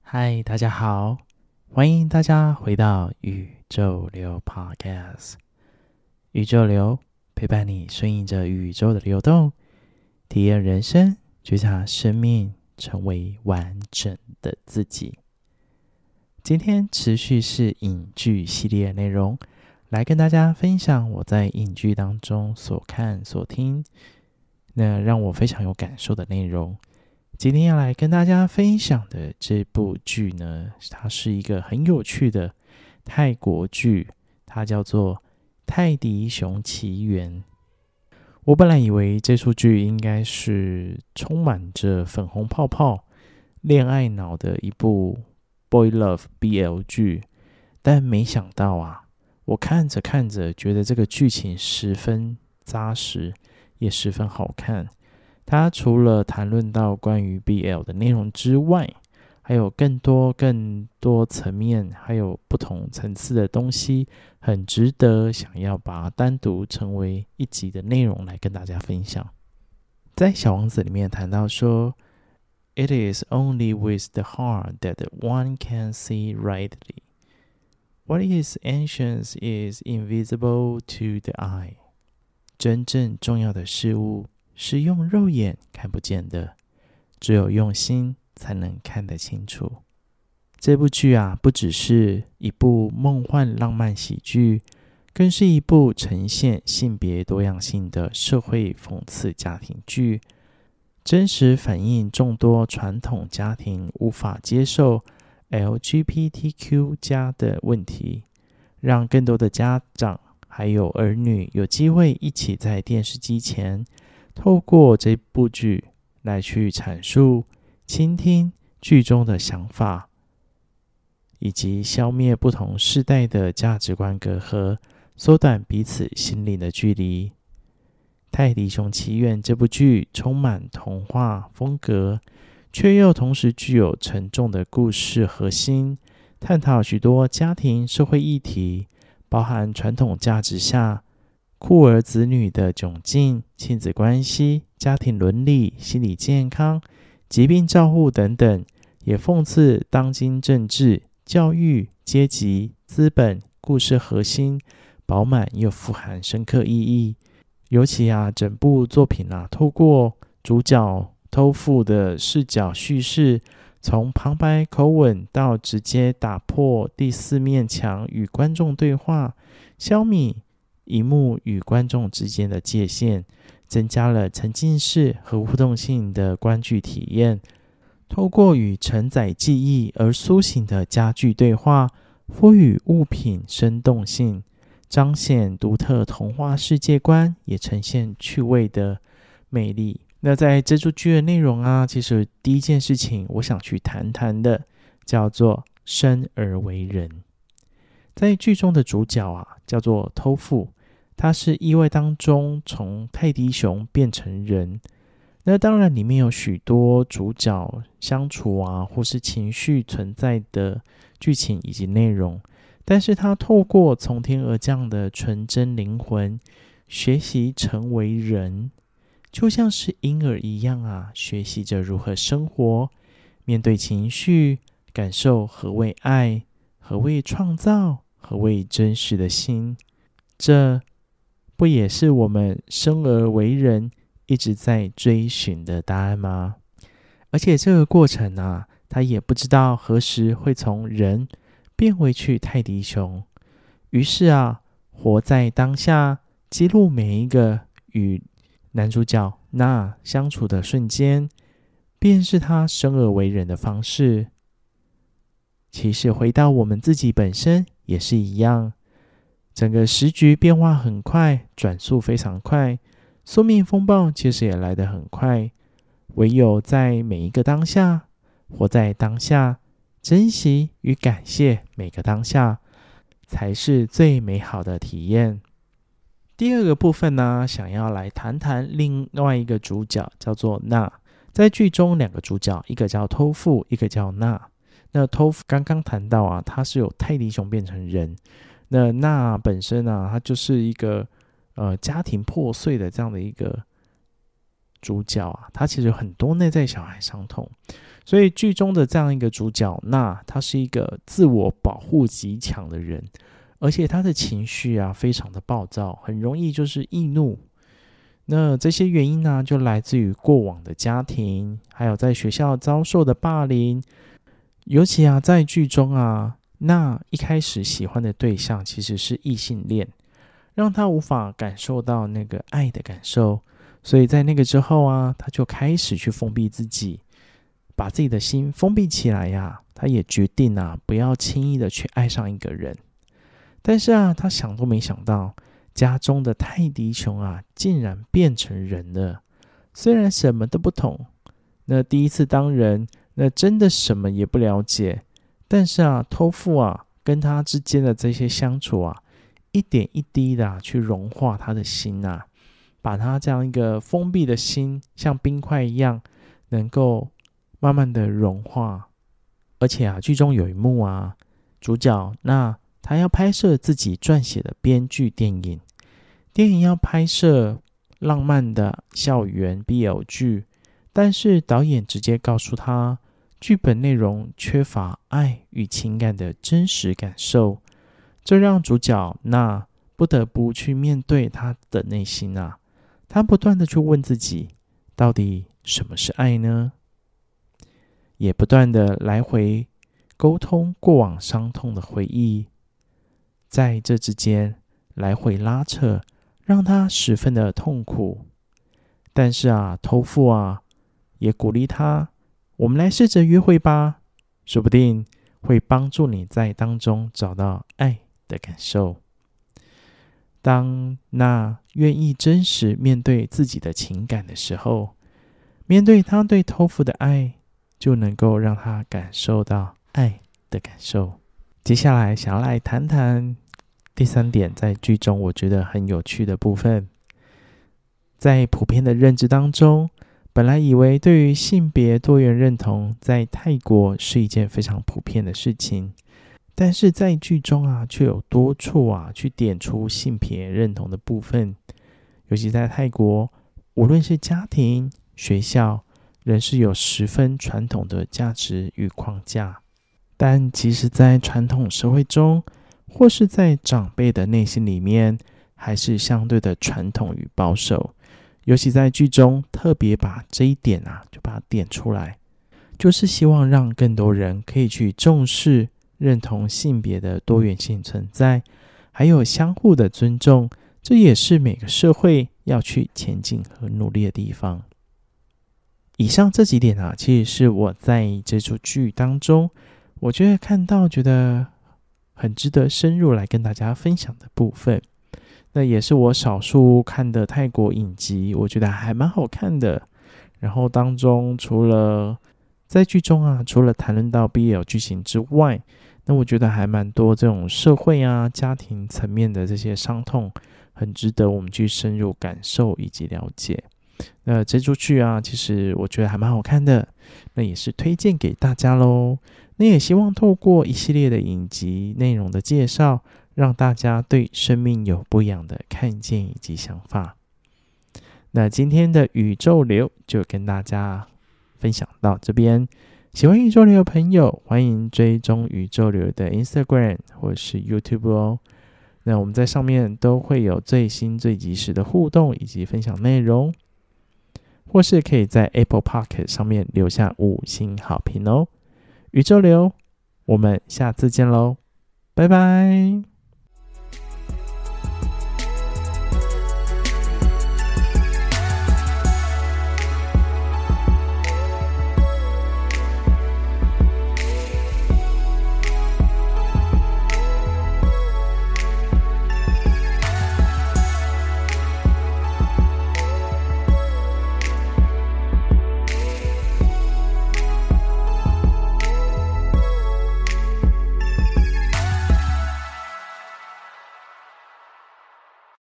嗨，大家好，欢迎大家回到宇宙流 Podcast。宇宙流陪伴你顺应着宇宙的流动，体验人生，觉察生命，成为完整的自己。今天持续是影剧系列内容，来跟大家分享我在影剧当中所看所听，那让我非常有感受的内容。今天要来跟大家分享的这部剧呢，它是一个很有趣的泰国剧，它叫做《泰迪熊奇缘》。我本来以为这出剧应该是充满着粉红泡泡、恋爱脑的一部 Boy Love BL 剧，但没想到啊，我看着看着觉得这个剧情十分扎实，也十分好看。它除了谈论到关于 BL 的内容之外，还有更多层面，还有不同层次的东西，很值得想要把它单独成为一集的内容来跟大家分享。在小王子里面谈到说 ，It is only with the heart that one can see rightly. What is ancient is invisible to the eye. 真正重要的事物是用肉眼看不见的，只有用心才能看得清楚。这部剧啊，不只是一部梦幻浪漫喜剧，更是一部呈现性别多样性的社会讽刺家庭剧，真实反映众多传统家庭无法接受 LGBTQ+ 的问题，让更多的家长还有儿女有机会一起在电视机前透过这部剧来去阐述、倾听剧中的想法，以及消灭不同世代的价值观隔阂，缩短彼此心灵的距离。《泰迪熊奇缘》这部剧充满童话风格，却又同时具有沉重的故事核心，探讨许多家庭社会议题，包含传统价值下酷儿子女的窘境、亲子关系、家庭伦理、心理健康、疾病照护等等，也讽刺当今政治、教育、阶级、资本、故事核心饱满又富含深刻意义。尤其整部作品透过主角偷富的视角叙事，从旁白口吻到直接打破第四面墙与观众对话，消弭荧幕与观众之间的界限，增加了沉浸式和互动性的观剧体验。透过与承载记忆而苏醒的家具对话，赋予物品生动性，彰显独特童话世界观，也呈现趣味的魅力。那在这出剧的内容其实第一件事情我想去谈谈的叫做生而为人。在剧中的主角叫做偷富，他是意外当中从泰迪熊变成人。那当然里面有许多主角相处或是情绪存在的剧情以及内容，但是他透过从天而降的纯真灵魂，学习成为人，就像是婴儿一样学习着如何生活，面对情绪，感受何谓爱，何谓创造，何谓真实的心。这不也是我们生而为人一直在追寻的答案吗？而且这个过程他也不知道何时会从人变回去泰迪熊。于是活在当下，记录每一个与男主角那相处的瞬间，便是他生而为人的方式。其实回到我们自己本身也是一样，整个时局变化很快，转速非常快，宿命风暴其实也来得很快，唯有在每一个当下，活在当下，珍惜与感谢每个当下，才是最美好的体验。第二个部分想要来谈谈另外一个主角，叫做娜。在剧中两个主角，一个叫偷富，一个叫娜。那偷富刚刚谈到他是由泰迪熊变成人，那娜本身他就是一个家庭破碎的这样的一个主角他其实有很多内在小孩伤痛， 所以剧中的这样一个主角，那他是一个自我保护极强的人，而且他的情绪啊非常的暴躁，很容易就是易怒。那这些原因呢，就来自于过往的家庭，还有在学校遭受的霸凌。尤其啊，在剧中啊，那一开始喜欢的对象其实是异性恋，让他无法感受到那个爱的感受。所以在那个之后啊，他就开始去封闭自己，把自己的心封闭起来呀。他也决定啊，不要轻易的去爱上一个人。但是啊，他想都没想到，家中的泰迪熊啊，竟然变成人了。虽然什么都不懂，那第一次当人，那真的什么也不了解。但是啊，偷富啊，跟他之间的这些相处啊，一点一滴的去融化他的心啊，把他这样一个封闭的心，像冰块一样，能够慢慢的融化。而且啊，剧中有一幕啊，主角那他要拍摄自己撰写的编剧电影，电影要拍摄浪漫的校园 BL 剧，但是导演直接告诉他，剧本内容缺乏爱与情感的真实感受，这让主角那不得不去面对他的内心啊。他不断的去问自己，到底什么是爱呢？也不断的来回沟通过往伤痛的回忆，在这之间来回拉扯，让他十分的痛苦。但是啊，偷富啊，也鼓励他，我们来试着约会吧，说不定会帮助你在当中找到爱的感受。当那愿意真实面对自己的情感的时候，面对他对偷富的爱，就能够让他感受到爱的感受。接下来想要来谈谈第三点，在剧中我觉得很有趣的部分。在普遍的认知当中，本来以为对于性别多元认同在泰国是一件非常普遍的事情，但是在剧中啊，却有多处啊去点出性别认同的部分。尤其在泰国，无论是家庭、学校，仍是有十分传统的价值与框架。但即使在传统社会中，或是在长辈的内心里面，还是相对的传统与保守。尤其在剧中特别把这一点啊，就把它点出来，就是希望让更多人可以去重视认同性别的多元性存在，还有相互的尊重，这也是每个社会要去前进和努力的地方。以上这几点啊，其实是我在这出剧当中，我觉得看到觉得很值得深入来跟大家分享的部分。那也是我少数看的泰国影集，我觉得还蛮好看的。然后当中除了在剧中啊，除了谈论到 BL 剧情之外，那我觉得还蛮多这种社会啊、家庭层面的这些伤痛，很值得我们去深入感受以及了解。那这出剧啊，其实我觉得还蛮好看的，那也是推荐给大家咯。那也希望透过一系列的影集内容的介绍，让大家对生命有不一样的看见以及想法。那今天的宇宙流就跟大家分享到这边。喜欢宇宙流的朋友，欢迎追踪宇宙流的 Instagram 或是 YouTube 哦。那我们在上面都会有最新最及时的互动以及分享内容，或是可以在 Apple Podcast 上面留下5星好评哦。宇宙流，我们下次见喽，拜拜。